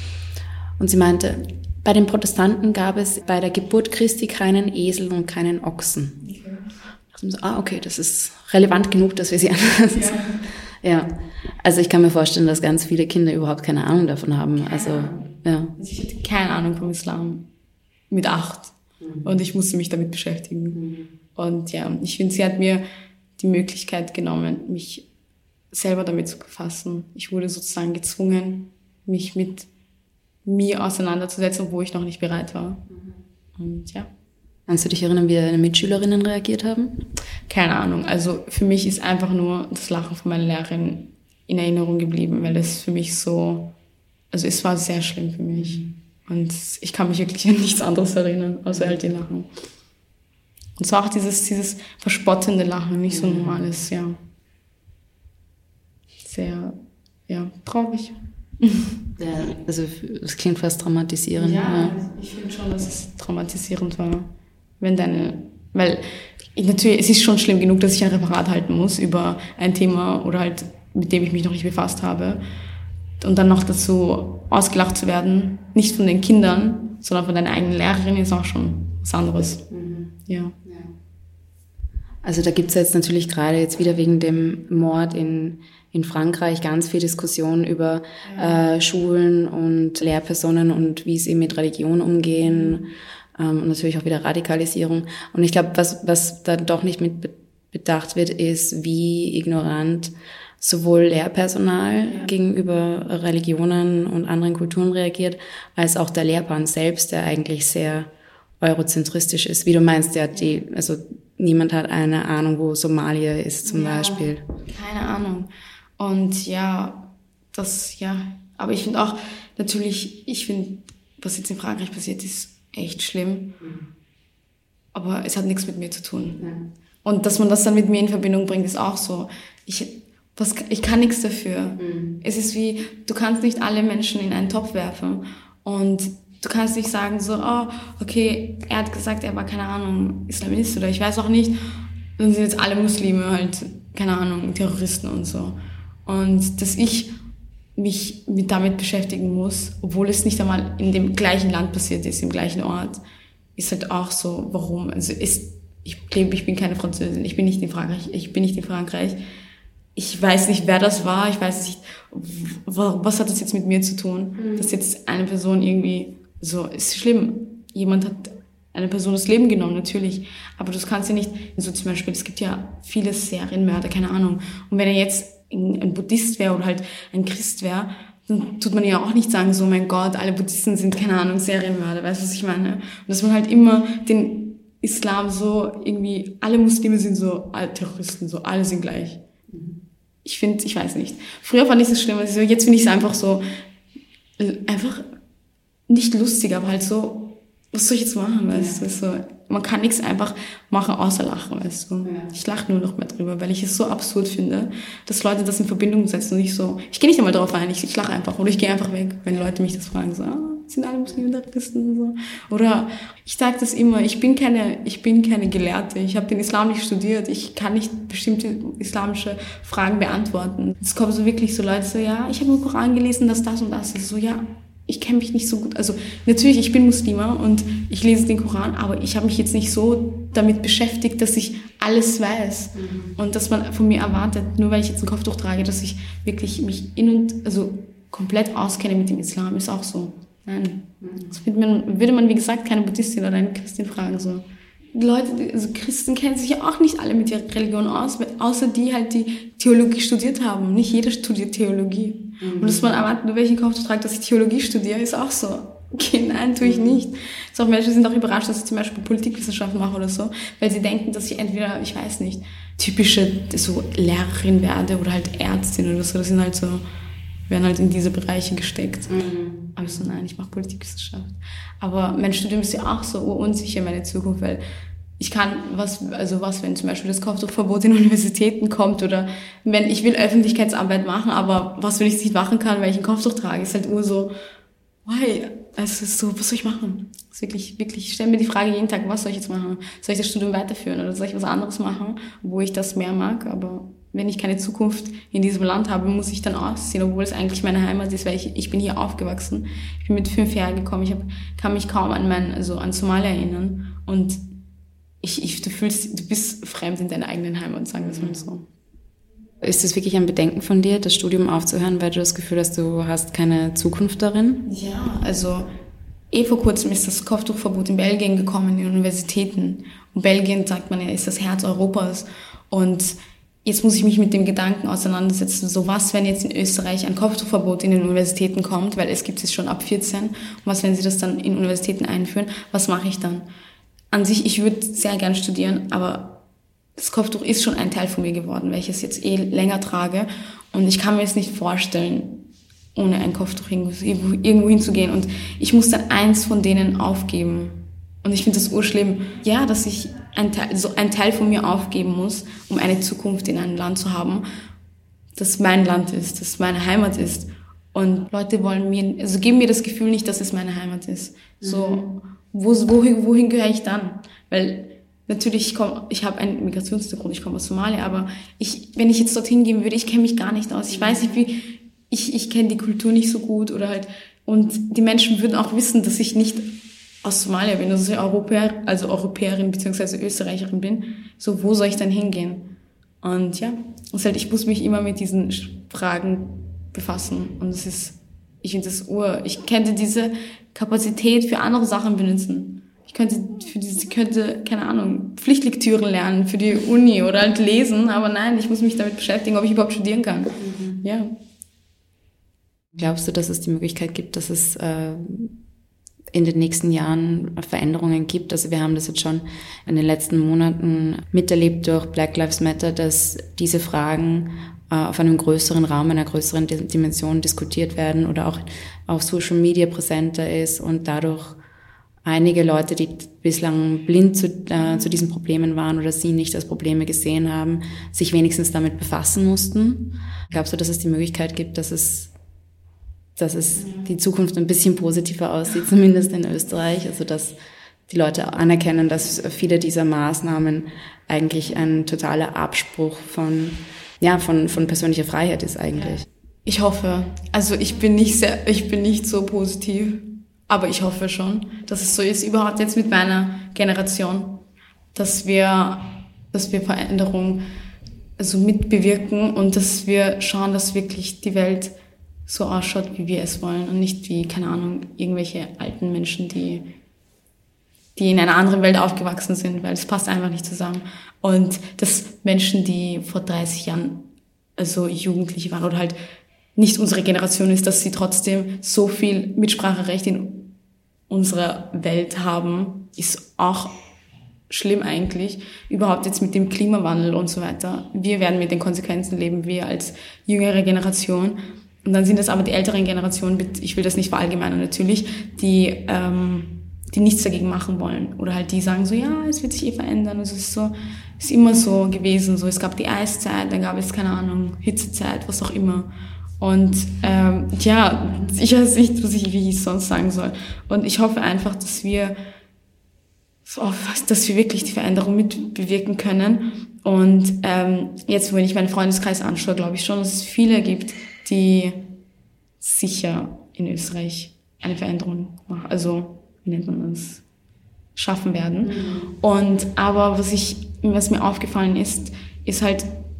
Speaker 3: Und sie meinte, bei den Protestanten gab es bei der Geburt Christi keinen Esel und keinen Ochsen. Okay. Ich so, ah, okay, das ist relevant genug, dass wir sie anlassen. Ja. ja, also ich kann mir vorstellen, dass ganz viele Kinder überhaupt keine Ahnung davon haben. Keine also, ja.
Speaker 4: Ich hatte keine Ahnung vom Islam mit acht. Und ich musste mich damit beschäftigen. Mhm. Und ja, ich finde, sie hat mir die Möglichkeit genommen, mich selber damit zu befassen. Ich wurde sozusagen gezwungen, mich mit mir auseinanderzusetzen, obwohl ich noch nicht bereit war. Mhm. Und ja.
Speaker 3: Kannst du dich erinnern, wie deine Mitschülerinnen reagiert haben?
Speaker 4: Keine Ahnung. Also für mich ist einfach nur das Lachen von meiner Lehrerin in Erinnerung geblieben, weil es für mich so, also es war sehr schlimm für mich. Mhm. Und ich kann mich wirklich an nichts anderes erinnern, außer halt die Lachen. Und zwar auch dieses, dieses verspottende Lachen, nicht so normales, ja. Sehr, ja, traurig.
Speaker 3: Ja, also es klingt fast traumatisierend.
Speaker 4: Ja, ja. Ich finde schon, dass es traumatisierend war. Wenn deine, weil ich, natürlich, es ist schon schlimm genug, dass ich ein Referat halten muss über ein Thema oder halt, mit dem ich mich noch nicht befasst habe. Und dann noch dazu ausgelacht zu werden, nicht von den Kindern, sondern von deiner eigenen Lehrerin, ist auch schon was anderes. Mhm. Ja. ja.
Speaker 3: Also da gibt's jetzt natürlich gerade jetzt wieder wegen dem Mord in, in Frankreich ganz viel Diskussion über ja. äh, Schulen und Lehrpersonen und wie sie mit Religion umgehen mhm. ähm, und natürlich auch wieder Radikalisierung. Und ich glaube, was, was da doch nicht mit bedacht wird, ist, wie ignorant sowohl Lehrpersonal ja. gegenüber Religionen und anderen Kulturen reagiert, als auch der Lehrplan selbst, der eigentlich sehr eurozentristisch ist. Wie du meinst, der die, also niemand hat eine Ahnung, wo Somalia ist zum ja, Beispiel.
Speaker 4: Keine Ahnung. Und ja, das, ja, aber ich finde auch, natürlich, ich finde, was jetzt in Frankreich passiert, ist echt schlimm. Mhm. Aber es hat nichts mit mir zu tun. Ja. Und dass man das dann mit mir in Verbindung bringt, ist auch so. Ich, Was, ich kann nichts dafür. Mhm. Es ist wie, du kannst nicht alle Menschen in einen Topf werfen und du kannst nicht sagen so, oh, okay, er hat gesagt, er war, keine Ahnung, Islamist oder ich weiß auch nicht, dann sind jetzt alle Muslime halt, keine Ahnung, Terroristen und so. Und dass ich mich mit damit beschäftigen muss, obwohl es nicht einmal in dem gleichen Land passiert ist, im gleichen Ort, ist halt auch so, warum? Also ist, ich glaube, ich bin keine Französin, ich bin nicht in Frankreich, ich bin nicht in Frankreich. Ich weiß nicht, wer das war, ich weiß nicht, was hat das jetzt mit mir zu tun, mhm. dass jetzt eine Person irgendwie, so, ist schlimm, jemand hat eine Person das Leben genommen, natürlich, aber das kannst du nicht, so zum Beispiel, es gibt ja viele Serienmörder, keine Ahnung, und wenn er jetzt ein Buddhist wäre oder halt ein Christ wäre, dann tut man ja auch nicht sagen, so, mein Gott, alle Buddhisten sind, keine Ahnung, Serienmörder, weißt du, was ich meine? Und dass man halt immer den Islam so irgendwie, alle Muslime sind so, alle Terroristen, so, alle sind gleich. Ich finde, ich weiß nicht. Früher fand ich es schlimm, also jetzt finde ich es einfach so, einfach nicht lustig, aber halt so, was soll ich jetzt machen, weißt du? So, man kann nichts einfach machen, außer lachen, weißt du? Ja. Ich lache nur noch mehr drüber, weil ich es so absurd finde, dass Leute das in Verbindung setzen und ich so, ich gehe nicht einmal darauf ein, ich, ich lache einfach oder ich gehe einfach weg, wenn Leute mich das fragen, so, ah, sind alle Muslime oder Christen und so. Oder ich sage das immer, ich bin keine, ich bin keine Gelehrte, ich habe den Islam nicht studiert, ich kann nicht bestimmte islamische Fragen beantworten. Es kommen so wirklich so Leute so, ja, ich habe im Koran gelesen, dass das und das ist, so, ja, ich kenne mich nicht so gut, also natürlich, ich bin Muslima und ich lese den Koran, aber ich habe mich jetzt nicht so damit beschäftigt, dass ich alles weiß mhm. und dass man von mir erwartet, nur weil ich jetzt ein Kopftuch trage, dass ich wirklich mich in und, also komplett auskenne mit dem Islam, ist auch so. Nein. Mhm. Das würde man, würde man, wie gesagt, keine Buddhistin oder eine Christin fragen, so. Die Leute, also Christen kennen sich ja auch nicht alle mit ihrer Religion aus, außer die halt, die Theologie studiert haben. Nicht jeder studiert Theologie. Mhm. Und dass man erwartet, nur welchen Kopf tragt, dass ich Theologie studiere, ist auch so. Okay, nein, tue ich nicht. So, auch Menschen sind auch überrascht, dass ich zum Beispiel Politikwissenschaften mache oder so, weil sie denken, dass ich entweder, ich weiß nicht, typische so Lehrerin werde oder halt Ärztin oder so. Das sind halt so, werden halt in diese Bereiche gesteckt. Mhm. Aber so, nein, ich mache Politikwissenschaft. Aber mein Studium ist ja auch so unsicher, meine Zukunft, weil ich kann, was, also was, wenn zum Beispiel das Kopftuchverbot in Universitäten kommt oder wenn ich will Öffentlichkeitsarbeit machen, aber was, wenn ich es nicht machen kann, weil ich ein Kopftuch trage, ist halt nur so, why? Also es ist so, was soll ich machen? Das ist wirklich, wirklich, ich stelle mir die Frage jeden Tag, was soll ich jetzt machen? Soll ich das Studium weiterführen oder soll ich was anderes machen, wo ich das mehr mag, aber wenn ich keine Zukunft in diesem Land habe, muss ich dann ausziehen, obwohl es eigentlich meine Heimat ist, weil ich, ich bin hier aufgewachsen. Ich bin mit fünf Jahren gekommen, ich hab, kann mich kaum an mein, also an Somalia erinnern und ich, ich, du fühlst, du bist fremd in deiner eigenen Heimat, sagen wir es mal so.
Speaker 3: Ist es wirklich ein Bedenken von dir, das Studium aufzuhören, weil du das Gefühl hast, du hast keine Zukunft darin?
Speaker 4: Ja, also eh vor kurzem ist das Kopftuchverbot in Belgien gekommen, in Universitäten. Und Belgien, sagt man ja, ist das Herz Europas. Und jetzt muss ich mich mit dem Gedanken auseinandersetzen, so was, wenn jetzt in Österreich ein Kopftuchverbot in den Universitäten kommt, weil es gibt es schon ab vierzehn, und was, wenn sie das dann in Universitäten einführen, was mache ich dann? An sich, ich würde sehr gern studieren, aber das Kopftuch ist schon ein Teil von mir geworden, welches jetzt eh länger trage und ich kann mir es nicht vorstellen, ohne ein Kopftuch irgendwo, irgendwo hinzugehen und ich muss dann eins von denen aufgeben. Und ich finde das urschlimm, ja, dass ich ein Teil, so ein Teil von mir aufgeben muss, um eine Zukunft in einem Land zu haben, das mein Land ist, das meine Heimat ist. Und Leute wollen mir, also geben mir das Gefühl nicht, dass es meine Heimat ist. So, wo, wohin, wohin gehöre ich dann? Weil natürlich, ich komme, ich habe einen Migrationshintergrund, ich komme aus Somalia, aber ich, wenn ich jetzt dorthin gehen würde, ich kenne mich gar nicht aus. Ich weiß nicht, wie, ich, ich kenne die Kultur nicht so gut oder halt, und die Menschen würden auch wissen, dass ich nicht aus Somalia bin, dass ich Europäer, also Europäerin bzw. Österreicherin bin. So, wo soll ich dann hingehen? Und ja, das halt, ich muss mich immer mit diesen Fragen befassen. Und es ist, ich finde das ur, ich könnte diese Kapazität für andere Sachen benutzen. Ich könnte für diese, ich könnte, keine Ahnung, Pflichtlektüren lernen für die Uni oder halt lesen, aber nein, ich muss mich damit beschäftigen, ob ich überhaupt studieren kann. Mhm. Ja.
Speaker 3: Glaubst du, dass es die Möglichkeit gibt, dass es äh, in den nächsten Jahren Veränderungen gibt? Also wir haben das jetzt schon in den letzten Monaten miterlebt durch Black Lives Matter, dass diese Fragen äh, auf einem größeren Raum, einer größeren Dimension diskutiert werden oder auch auf Social Media präsenter ist und dadurch einige Leute, die bislang blind zu, äh, zu diesen Problemen waren oder sie nicht als Probleme gesehen haben, sich wenigstens damit befassen mussten. Glaubst du, dass es die Möglichkeit gibt, dass es dass es die Zukunft ein bisschen positiver aussieht, zumindest in Österreich, also dass die Leute anerkennen, dass viele dieser Maßnahmen eigentlich ein totaler Abspruch von, ja, von, von persönlicher Freiheit ist eigentlich?
Speaker 4: Ich hoffe. Also ich bin nicht sehr, ich bin nicht so positiv, aber ich hoffe schon, dass es so ist, überhaupt jetzt mit meiner Generation, dass wir, dass wir Veränderung also mitbewirken und dass wir schauen, dass wirklich die Welt so ausschaut, wie wir es wollen und nicht wie, keine Ahnung, irgendwelche alten Menschen, die, die in einer anderen Welt aufgewachsen sind, weil es passt einfach nicht zusammen. Und dass Menschen, die vor dreißig Jahren, also Jugendliche waren oder halt nicht unsere Generation ist, dass sie trotzdem so viel Mitspracherecht in unserer Welt haben, ist auch schlimm eigentlich, überhaupt jetzt mit dem Klimawandel und so weiter. Wir werden mit den Konsequenzen leben, wir als jüngere Generation. Und dann sind es aber die älteren Generationen, ich will das nicht verallgemeinern natürlich, die ähm, die nichts dagegen machen wollen. Oder halt die sagen so, ja, es wird sich eh verändern. Also es ist so, ist immer so gewesen. So, es gab die Eiszeit, dann gab es, keine Ahnung, Hitzezeit, was auch immer. Und ähm, ja, ich weiß nicht, was ich, wie ich sonst sagen soll. Und ich hoffe einfach, dass wir, oh, dass wir wirklich die Veränderung mitbewirken können. Und ähm, jetzt, wenn ich meinen Freundeskreis anschaue, glaube ich schon, dass es viele gibt, die sicher in Österreich eine Veränderung machen. Also, wie nennt man das? Schaffen werden. Mhm. Und aber was ich, was mir aufgefallen ist, ist halt,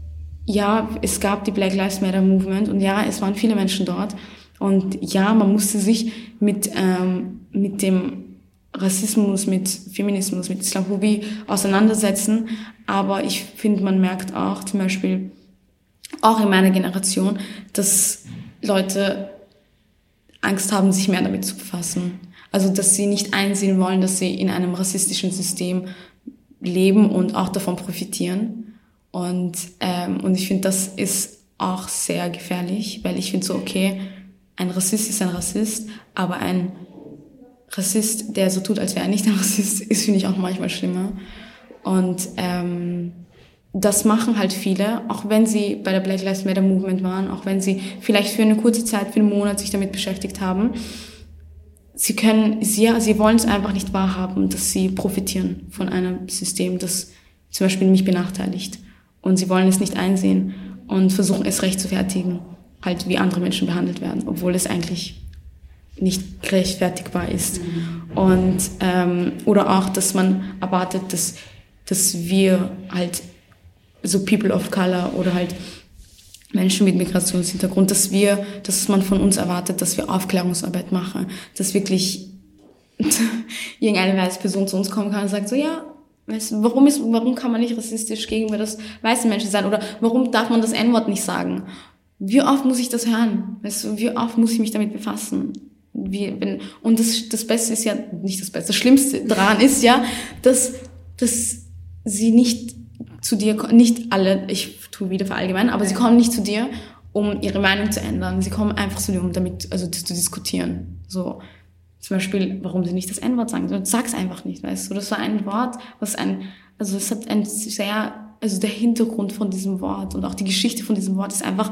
Speaker 4: ja, es gab die Black Lives Matter Movement und ja, es waren viele Menschen dort und ja, man musste sich mit ähm, mit dem Rassismus, mit Feminismus, mit Islamophobie auseinandersetzen, aber ich finde, man merkt auch zum Beispiel auch in meiner Generation, dass Leute Angst haben, sich mehr damit zu befassen. Also, dass sie nicht einsehen wollen, dass sie in einem rassistischen System leben und auch davon profitieren. Und, ähm, und ich finde, das ist auch sehr gefährlich, weil ich finde so, okay, ein Rassist ist ein Rassist, aber ein Rassist, der so tut, als wäre er nicht ein Rassist, ist, finde ich, auch manchmal schlimmer. Und ähm, das machen halt viele, auch wenn sie bei der Black Lives Matter Movement waren, auch wenn sie vielleicht für eine kurze Zeit, für einen Monat sich damit beschäftigt haben. Sie können, sie, sie wollen es einfach nicht wahrhaben, dass sie profitieren von einem System, das zum Beispiel mich benachteiligt. Und sie wollen es nicht einsehen und versuchen es recht zu fertigen, halt wie andere Menschen behandelt werden, obwohl es eigentlich nicht rechtfertigbar ist. Mhm. Und ähm, oder auch, dass man erwartet, dass dass wir halt so People of Color oder halt Menschen mit Migrationshintergrund, dass wir, dass man von uns erwartet, dass wir Aufklärungsarbeit machen, dass wirklich irgendeine weiße Person zu uns kommen kann und sagt so, ja, weißt du, warum ist, warum kann man nicht rassistisch gegenüber das weiße Menschen sein? Oder warum darf man das En-Wort nicht sagen? Wie oft muss ich das hören? Weißt du, wie oft muss ich mich damit befassen? Wie, wenn, und das, das Beste ist ja, nicht das Beste, das Schlimmste daran ist ja, dass, dass sie nicht zu dir, nicht alle, ich tue wieder verallgemeinern, aber sie kommen nicht zu dir, um ihre Meinung zu ändern. Sie kommen einfach zu dir, um damit, also zu diskutieren. So. Zum Beispiel, warum sie nicht das En-Wort sagen. So, sag's einfach nicht, weißt du. Das war ein Wort, was ein, also es hat ein sehr, also der Hintergrund von diesem Wort und auch die Geschichte von diesem Wort ist einfach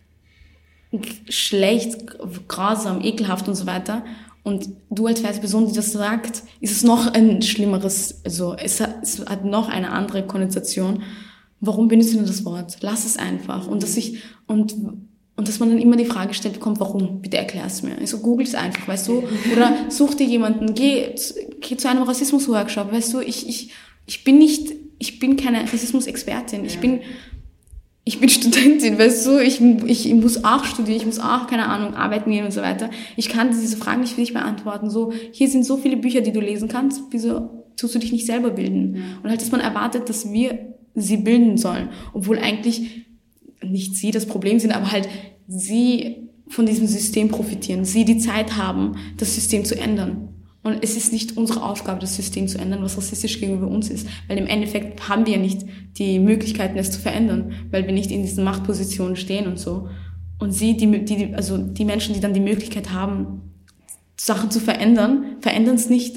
Speaker 4: schlecht, grausam, ekelhaft und so weiter. Und du als weiße Person, die das sagt, ist es noch ein schlimmeres, also es hat, es hat noch eine andere Konnotation. Warum benutzt du das Wort? Lass es einfach. Und dass ich, und, Und dass man dann immer die Frage stellt bekommt, warum? Bitte erklär's mir. Also google es einfach, weißt du? Oder such dir jemanden, geh, geh zu einem Rassismus-Workshop, weißt du? Ich, ich, ich bin nicht, ich bin keine Rassismus-Expertin. Ich bin, ich bin Studentin, weißt du? Ich, ich, ich muss auch studieren, ich muss auch, keine Ahnung, arbeiten gehen und so weiter. Ich kann diese Fragen nicht für dich beantworten. So, hier sind so viele Bücher, die du lesen kannst. Wieso tust du dich nicht selber bilden? Ja. Und halt, dass man erwartet, dass wir sie bilden sollen. Obwohl eigentlich nicht sie das Problem sind, aber halt sie von diesem System profitieren. Sie die Zeit haben, das System zu ändern. Und es ist nicht unsere Aufgabe, das System zu ändern, was rassistisch gegenüber uns ist. Weil im Endeffekt haben wir ja nicht die Möglichkeiten, es zu verändern, weil wir nicht in diesen Machtpositionen stehen und so. Und sie, die, die, also die Menschen, die dann die Möglichkeit haben, Sachen zu verändern, verändern es nicht.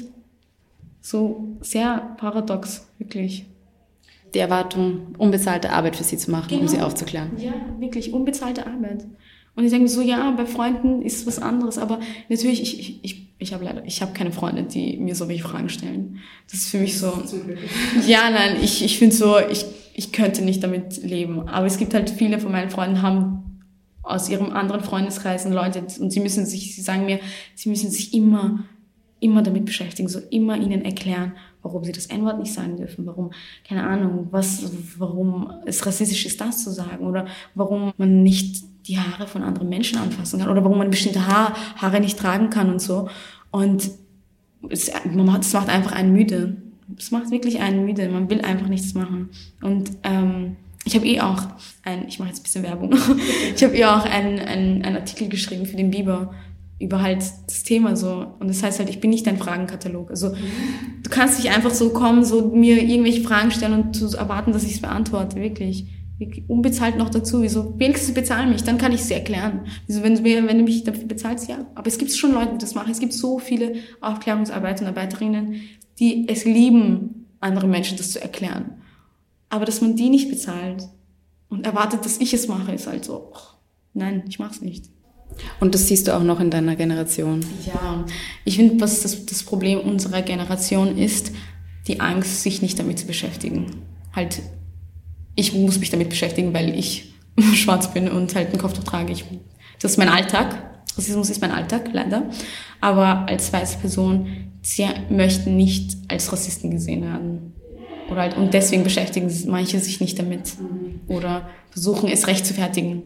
Speaker 4: So sehr paradox, wirklich.
Speaker 3: Die Erwartung, unbezahlte Arbeit für sie zu machen, genau, um sie aufzuklären.
Speaker 4: Ja, wirklich, unbezahlte Arbeit. Und ich denke so, ja, bei Freunden ist was anderes, aber natürlich, ich, ich, ich, ich habe leider, ich habe keine Freunde, die mir so welche Fragen stellen. Das ist für mich so, ja, nein, ich, ich finde so, ich, ich könnte nicht damit leben. Aber es gibt halt viele von meinen Freunden, haben aus ihrem anderen Freundeskreis Leute, und sie müssen sich, sie sagen mir, sie müssen sich immer, immer damit beschäftigen, so immer ihnen erklären, warum sie das En-Wort nicht sagen dürfen, warum, keine Ahnung, was, warum es rassistisch ist, das zu sagen, oder warum man nicht die Haare von anderen Menschen anfassen kann, oder warum man bestimmte Haar, Haare nicht tragen kann und so. Und es, man macht, es macht einfach einen müde. Es macht wirklich einen müde. Man will einfach nichts machen. Und ähm, ich habe eh auch ein, ich mache jetzt ein bisschen Werbung, ich habe eh auch einen, einen, einen Artikel geschrieben für den Biber über halt das Thema so. Und das heißt halt, ich bin nicht dein Fragenkatalog. Also du kannst nicht einfach so kommen, so mir irgendwelche Fragen stellen und zu erwarten, dass ich es beantworte, wirklich. unbezahlt noch dazu, wieso, wenigstens bezahl mich, dann kann ich es dir erklären. Wieso, wenn du, wenn du mich dafür bezahlst, ja. Aber es gibt schon Leute, die das machen. Es gibt so viele Aufklärungsarbeiter und Arbeiterinnen, die es lieben, anderen Menschen das zu erklären. Aber dass man die nicht bezahlt und erwartet, dass ich es mache, ist halt so, oh, nein, ich mach's nicht.
Speaker 3: Und das siehst du auch noch in deiner Generation?
Speaker 4: Ja, ich finde, was das, das Problem unserer Generation ist, die Angst, sich nicht damit zu beschäftigen. Halt, ich muss mich damit beschäftigen, weil ich schwarz bin und halt ein Kopftuch trage. Ich, das ist mein Alltag. Rassismus ist mein Alltag, leider. Aber als weiße Person, sie möchten nicht als Rassisten gesehen werden. Oder halt, und deswegen beschäftigen manche sich nicht damit. Oder versuchen, es rechtfertigen.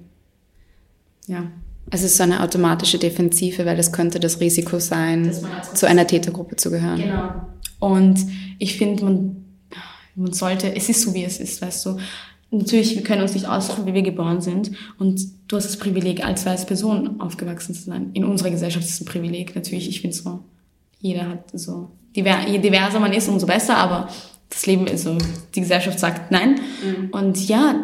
Speaker 4: Ja.
Speaker 3: Also es ist so eine automatische Defensive, weil das könnte das Risiko sein, zu einer Tätergruppe zu gehören.
Speaker 4: Genau. Und ich finde, man, man sollte, es ist so, wie es ist, weißt du. Natürlich, wir können uns nicht aussuchen, wie wir geboren sind. Und du hast das Privileg, als weiße Person aufgewachsen zu sein. In unserer Gesellschaft ist es ein Privileg. Natürlich, ich finde so, jeder hat so, je diverser man ist, umso besser. Aber das Leben ist so, die Gesellschaft sagt nein. Mhm. Und ja,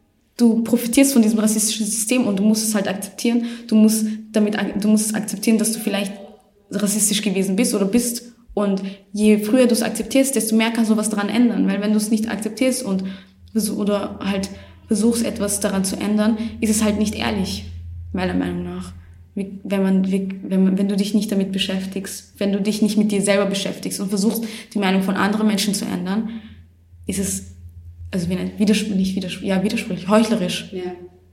Speaker 4: du profitierst von diesem rassistischen System und du musst es halt akzeptieren. Du musst damit, du musst es akzeptieren, dass du vielleicht rassistisch gewesen bist oder bist. Und je früher du es akzeptierst, desto mehr kannst du was daran ändern. Weil wenn du es nicht akzeptierst und oder halt versuchst, etwas daran zu ändern, ist es halt nicht ehrlich, meiner Meinung nach. Wenn man, wenn man, wenn du dich nicht damit beschäftigst, wenn du dich nicht mit dir selber beschäftigst und versuchst, die Meinung von anderen Menschen zu ändern, ist es, also wie nicht widersprüchlich, widersprüchlich, ja, widersprüchlich, heuchlerisch.
Speaker 3: Ja.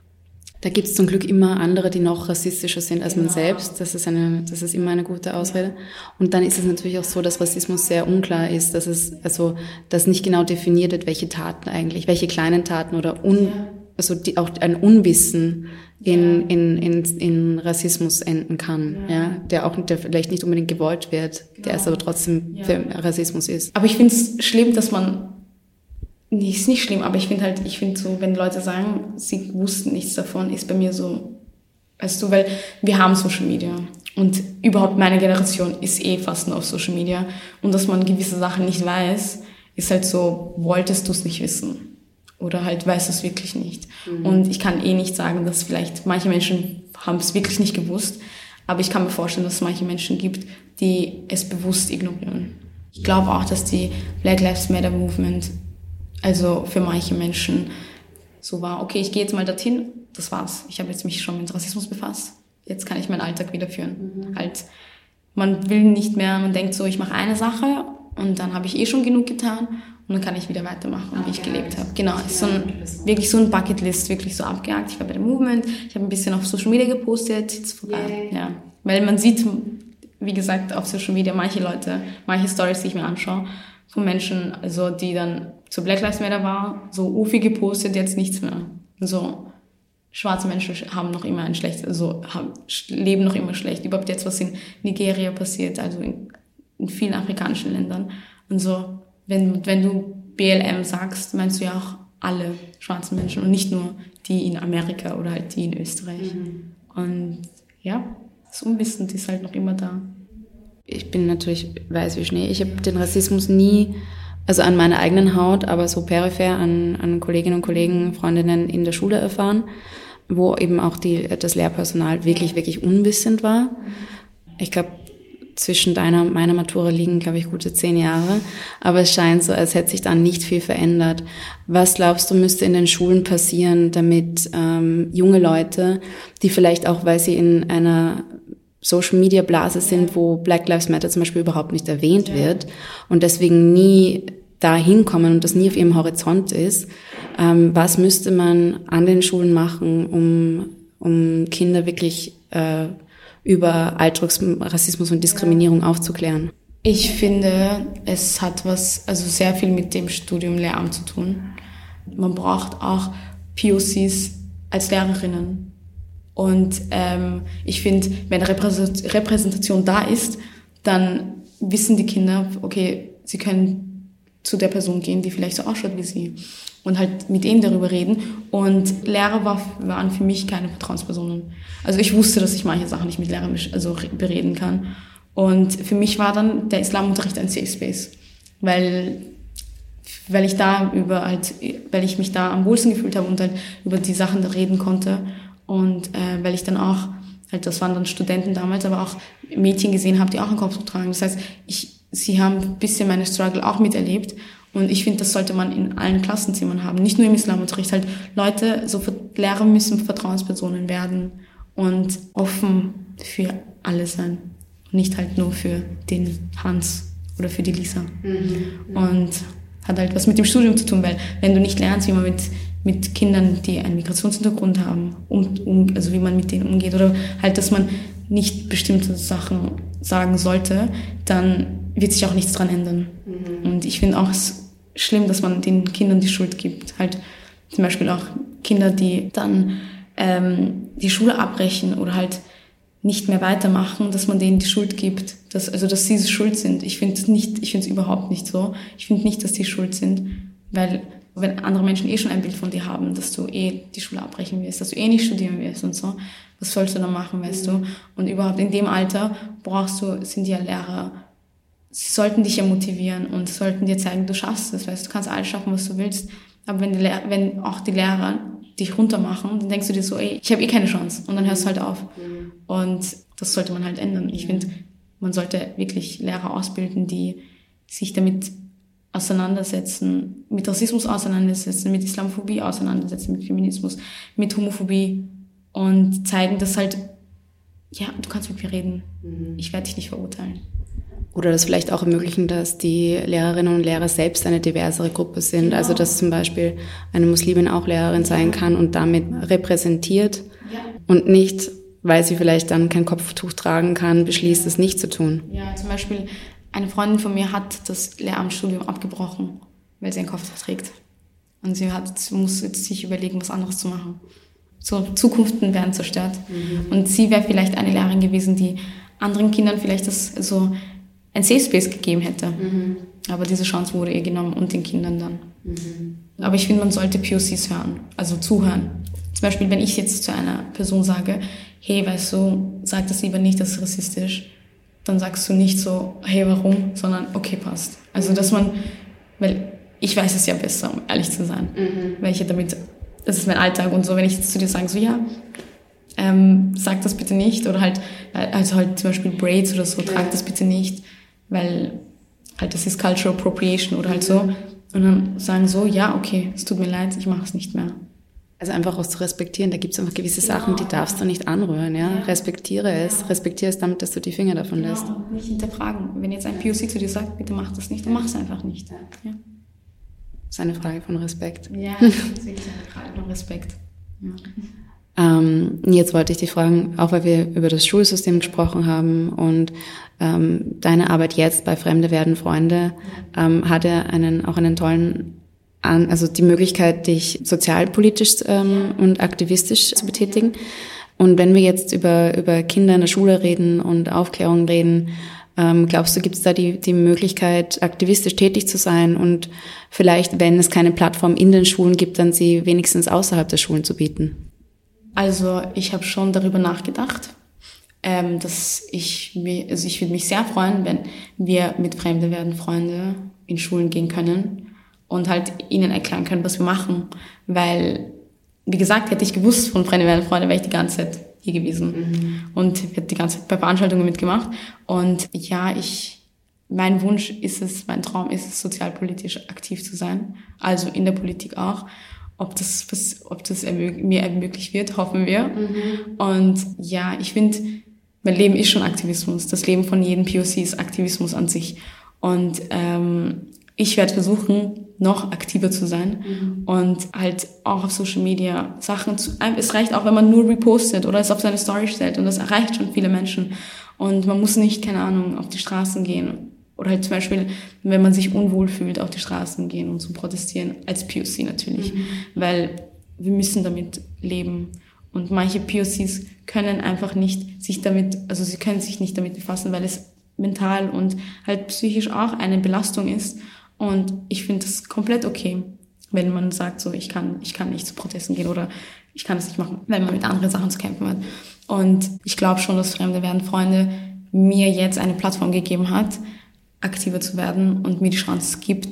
Speaker 3: Da gibt es zum Glück immer andere, die noch rassistischer sind als genau. man selbst. Das ist eine, das ist immer eine gute Ausrede. Ja. Und dann ist es natürlich auch so, dass Rassismus sehr unklar ist, dass es, also, dass nicht genau definiert wird, welche Taten eigentlich, welche kleinen Taten oder un, ja. also die, auch ein Unwissen in, ja. in, in, in Rassismus enden kann, ja. ja, der auch, der vielleicht nicht unbedingt gewollt wird, genau. der es aber trotzdem ja. für Rassismus ist.
Speaker 4: Aber ich finde es schlimm, dass man Nee, ist nicht schlimm, aber ich finde halt, ich finde so, wenn Leute sagen, sie wussten nichts davon, ist bei mir so, weißt du, weil wir haben Social Media und überhaupt meine Generation ist eh fast nur auf Social Media und dass man gewisse Sachen nicht weiß, ist halt so, wolltest du es nicht wissen oder halt weißt du es wirklich nicht. Mhm. Und ich kann eh nicht sagen, dass vielleicht manche Menschen haben es wirklich nicht gewusst, aber ich kann mir vorstellen, dass es manche Menschen gibt, die es bewusst ignorieren. Ich glaube auch, dass die Black Lives Matter Movement also für manche Menschen so war, okay, ich gehe jetzt mal dorthin, das war's. Ich habe jetzt mich schon mit Rassismus befasst, jetzt kann ich meinen Alltag wieder führen. Mhm. Halt, man will nicht mehr, man denkt so, ich mache eine Sache und dann habe ich eh schon genug getan und dann kann ich wieder weitermachen, okay. wie ich gelebt habe. Genau, ist so ein, wirklich so ein Bucketlist, wirklich so abgehakt. Ich war bei dem Movement, ich habe ein bisschen auf Social Media gepostet, jetzt, yeah. ja, weil man sieht, wie gesagt, auf Social Media manche Leute, manche Stories, die ich mir anschaue, von Menschen, also die dann zu Black Lives Matter war, so Ufi gepostet, jetzt nichts mehr. So, schwarze Menschen haben noch immer ein schlechtes, also haben, leben noch immer schlecht. Überhaupt jetzt, was in Nigeria passiert, also in, in vielen afrikanischen Ländern. Und so, wenn, wenn du B L M sagst, meinst du ja auch alle schwarzen Menschen und nicht nur die in Amerika oder halt die in Österreich. Mhm. Und ja, das Unwissen ist halt noch immer da.
Speaker 3: Ich bin natürlich weiß wie Schnee. Ich habe den Rassismus nie, also an meiner eigenen Haut, aber so peripher an, an Kolleginnen und Kollegen, Freundinnen in der Schule erfahren, wo eben auch die, das Lehrpersonal wirklich, wirklich unwissend war. Ich glaube, zwischen deiner und meiner Matura liegen, glaube ich, gute zehn Jahre. Aber es scheint so, als hätte sich da nicht viel verändert. Was glaubst du, müsste in den Schulen passieren, damit ähm, junge Leute, die vielleicht auch, weil sie in einer Social-Media-Blase sind, wo Black Lives Matter zum Beispiel überhaupt nicht erwähnt wird und deswegen nie da hinkommen und das nie auf ihrem Horizont ist. Ähm, was müsste man an den Schulen machen, um, um Kinder wirklich äh, über Alltagsrassismus und Diskriminierung aufzuklären?
Speaker 4: Ich finde, es hat was, also sehr viel mit dem Studium Lehramt zu tun. Man braucht auch P O Cs als Lehrerinnen. Und ähm, ich finde, wenn Repräsentation da ist, dann wissen die Kinder, okay, sie können zu der Person gehen, die vielleicht so ausschaut wie sie und halt mit ihnen darüber reden. Und Lehrer war, waren für mich keine Vertrauenspersonen. Also ich wusste, dass ich manche Sachen nicht mit Lehrern also bereden kann. Und für mich war dann der Islamunterricht ein Safe Space, weil weil ich da über halt, weil ich mich da am wohlsten gefühlt habe und halt über die Sachen reden konnte und äh, weil ich dann auch, halt das waren dann Studenten damals, aber auch Mädchen gesehen habe, die auch ein Kopftuch tragen. Das heißt, ich, sie haben ein bisschen meine Struggle auch miterlebt und ich finde, das sollte man in allen Klassenzimmern haben, nicht nur im Islamunterricht, halt Leute, so Lehrer müssen Vertrauenspersonen werden und offen für alle sein, nicht halt nur für den Hans oder für die Lisa. Mhm. Und hat halt was mit dem Studium zu tun, weil wenn du nicht lernst, wie man mit, mit Kindern, die einen Migrationshintergrund haben, um, um, also wie man mit denen umgeht oder halt, dass man nicht bestimmte Sachen sagen sollte, dann wird sich auch nichts dran ändern. Mhm. Und ich finde auch es schlimm, dass man den Kindern die Schuld gibt. Halt zum Beispiel auch Kinder, die dann ähm, die Schule abbrechen oder halt nicht mehr weitermachen, dass man denen die Schuld gibt, dass, also dass sie schuld sind. Ich finde es nicht, ich finde es überhaupt nicht so. Ich finde nicht, dass die schuld sind, weil wenn andere Menschen eh schon ein Bild von dir haben, dass du eh die Schule abbrechen wirst, dass du eh nicht studieren wirst und so, was sollst du dann machen, weißt du? Und überhaupt in dem Alter brauchst du, sind ja Lehrer, sie sollten dich ja motivieren und sollten dir zeigen, du schaffst es, weißt du, du kannst alles schaffen, was du willst. Aber wenn, die Lehr- wenn auch die Lehrer dich runtermachen, dann denkst du dir so, ey, ich habe eh keine Chance und dann hörst du halt auf. Mhm. Und das sollte man halt ändern. Ich finde, man sollte wirklich Lehrer ausbilden, die sich damit auseinandersetzen, mit Rassismus auseinandersetzen, mit Islamophobie auseinandersetzen, mit Feminismus, mit Homophobie und zeigen, dass halt, ja, du kannst mit mir reden. Mhm. Ich werde dich nicht verurteilen.
Speaker 3: Oder das vielleicht auch ermöglichen, dass die Lehrerinnen und Lehrer selbst eine diversere Gruppe sind. Genau. Also dass zum Beispiel eine Muslimin auch Lehrerin sein kann und damit repräsentiert ja. und nicht, weil sie vielleicht dann kein Kopftuch tragen kann, beschließt, es nicht zu tun.
Speaker 4: Ja, zum Beispiel eine Freundin von mir hat das Lehramtsstudium abgebrochen, weil sie ein Kopftuch trägt. Und sie hat, sie muss jetzt sich überlegen, was anderes zu machen. So Zukunften werden zerstört. Mhm. Und sie wäre vielleicht eine Lehrerin gewesen, die anderen Kindern vielleicht das so ein Safe Space gegeben hätte. Mhm. Aber diese Chance wurde ihr genommen und den Kindern dann. Mhm. Aber ich finde, man sollte P O Cs hören, also zuhören. Zum Beispiel, wenn ich jetzt zu einer Person sage, hey, weißt du, sag das lieber nicht, das ist rassistisch, dann sagst du nicht so, hey, warum, sondern okay, passt. Also, dass man, weil ich weiß es ja besser, um ehrlich zu sein, mhm. weil ich ja damit, das ist mein Alltag und so, wenn ich jetzt zu dir sage, so, ja, ähm, sag das bitte nicht oder halt, also halt zum Beispiel Braids oder so, trag das bitte nicht, weil halt das ist Cultural Appropriation oder halt so. Und dann sagen so, ja, okay, es tut mir leid, ich mache es nicht mehr.
Speaker 3: Also einfach auch zu respektieren, da gibt es einfach gewisse Sachen, die darfst du nicht anrühren. Ja? Ja. Respektiere es, respektiere es damit, dass du die Finger davon lässt.
Speaker 4: Genau, nicht hinterfragen. Wenn jetzt ein P O C zu dir sagt, bitte mach das nicht, dann mach es einfach nicht. Ja.
Speaker 3: Das ist eine Frage von Respekt.
Speaker 4: Ja, das ist wirklich eine Frage von Respekt. Ja.
Speaker 3: Ähm, jetzt wollte ich dich fragen, auch weil wir über das Schulsystem gesprochen haben und ähm, deine Arbeit jetzt bei Fremde werden Freunde ähm, hat ja einen, auch einen tollen, an, also die Möglichkeit, dich sozialpolitisch ähm, und aktivistisch zu betätigen. Und wenn wir jetzt über, über Kinder in der Schule reden und Aufklärung reden, ähm, glaubst du, gibt es da die, die Möglichkeit, aktivistisch tätig zu sein und vielleicht, wenn es keine Plattform in den Schulen gibt, dann sie wenigstens außerhalb der Schulen zu bieten?
Speaker 4: Also ich habe schon darüber nachgedacht, ähm, dass ich mir, also ich würde mich sehr freuen, wenn wir mit Fremde werden Freunde in Schulen gehen können und halt ihnen erklären können, was wir machen, weil, wie gesagt, hätte ich gewusst von Fremde werden Freunde, wäre ich die ganze Zeit hier gewesen mhm. und hätte die ganze Zeit bei Veranstaltungen mitgemacht und ja, ich, mein Wunsch ist es, mein Traum ist es, sozialpolitisch aktiv zu sein, also in der Politik auch. Ob das, was, ob das ermög- mir ermöglicht wird, hoffen wir. Mhm. Und ja, ich finde, mein Leben ist schon Aktivismus. Das Leben von jedem P O C ist Aktivismus an sich. Und ähm, ich werde versuchen, noch aktiver zu sein mhm. und halt auch auf Social Media Sachen zu... Es reicht auch, wenn man nur repostet oder es auf seine Story stellt und das erreicht schon viele Menschen. Und man muss nicht, keine Ahnung, auf die Straßen gehen. Oder halt zum Beispiel, wenn man sich unwohl fühlt, auf die Straßen gehen und zu protestieren, als P O C natürlich. Mhm. Weil wir müssen damit leben. Und manche P O Cs können einfach nicht sich damit, also sie können sich nicht damit befassen, weil es mental und halt psychisch auch eine Belastung ist. Und ich finde das komplett okay, wenn man sagt, so ich kann, ich kann nicht zu Protesten gehen oder ich kann es nicht machen, wenn man mit anderen Sachen zu kämpfen hat. Und ich glaube schon, dass Fremde werden Freunde mir jetzt eine Plattform gegeben hat, aktiver zu werden und mir die Chance gibt,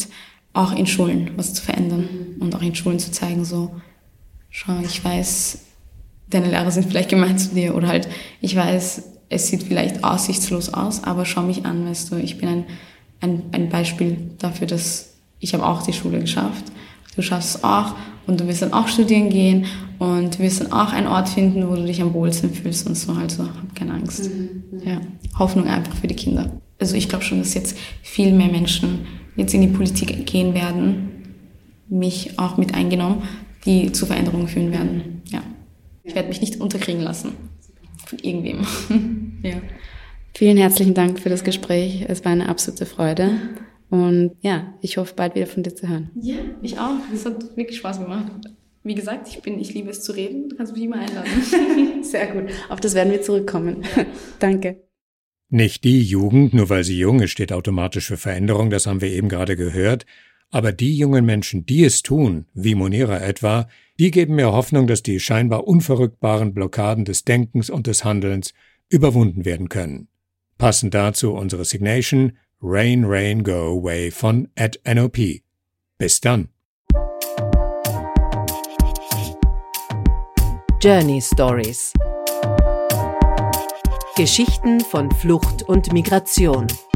Speaker 4: auch in Schulen was zu verändern und auch in Schulen zu zeigen, so, schau, ich weiß, deine Lehrer sind vielleicht gemein zu dir oder halt, ich weiß, es sieht vielleicht aussichtslos aus, aber schau mich an, weißt du, ich bin ein, ein, ein Beispiel dafür, dass ich habe auch die Schule geschafft, du schaffst es auch und du wirst dann auch studieren gehen und du wirst dann auch einen Ort finden, wo du dich am wohlsten fühlst und so, also hab keine Angst. Mhm. Ja, Hoffnung einfach für die Kinder. Also ich glaube schon, dass jetzt viel mehr Menschen jetzt in die Politik gehen werden, mich auch mit eingenommen, die zu Veränderungen führen werden. Ja. Ich werde mich nicht unterkriegen lassen von irgendwem. Ja.
Speaker 3: Vielen herzlichen Dank für das Gespräch. Es war eine absolute Freude. Und ja, ich hoffe, bald wieder von dir zu hören.
Speaker 4: Ja, ich auch. Es hat wirklich Spaß gemacht. Wie gesagt, ich bin, ich liebe es zu reden. Du kannst mich immer einladen.
Speaker 3: Sehr gut. Auf das werden wir zurückkommen. Ja. Danke.
Speaker 1: Nicht die Jugend, nur weil sie jung ist, steht automatisch für Veränderung, das haben wir eben gerade gehört. Aber die jungen Menschen, die es tun, wie Munira etwa, die geben mir Hoffnung, dass die scheinbar unverrückbaren Blockaden des Denkens und des Handelns überwunden werden können. Passend dazu unsere Signation Rain, Rain, Go Away von at N O P. Bis dann.
Speaker 2: Journey Stories. Geschichten von Flucht und Migration.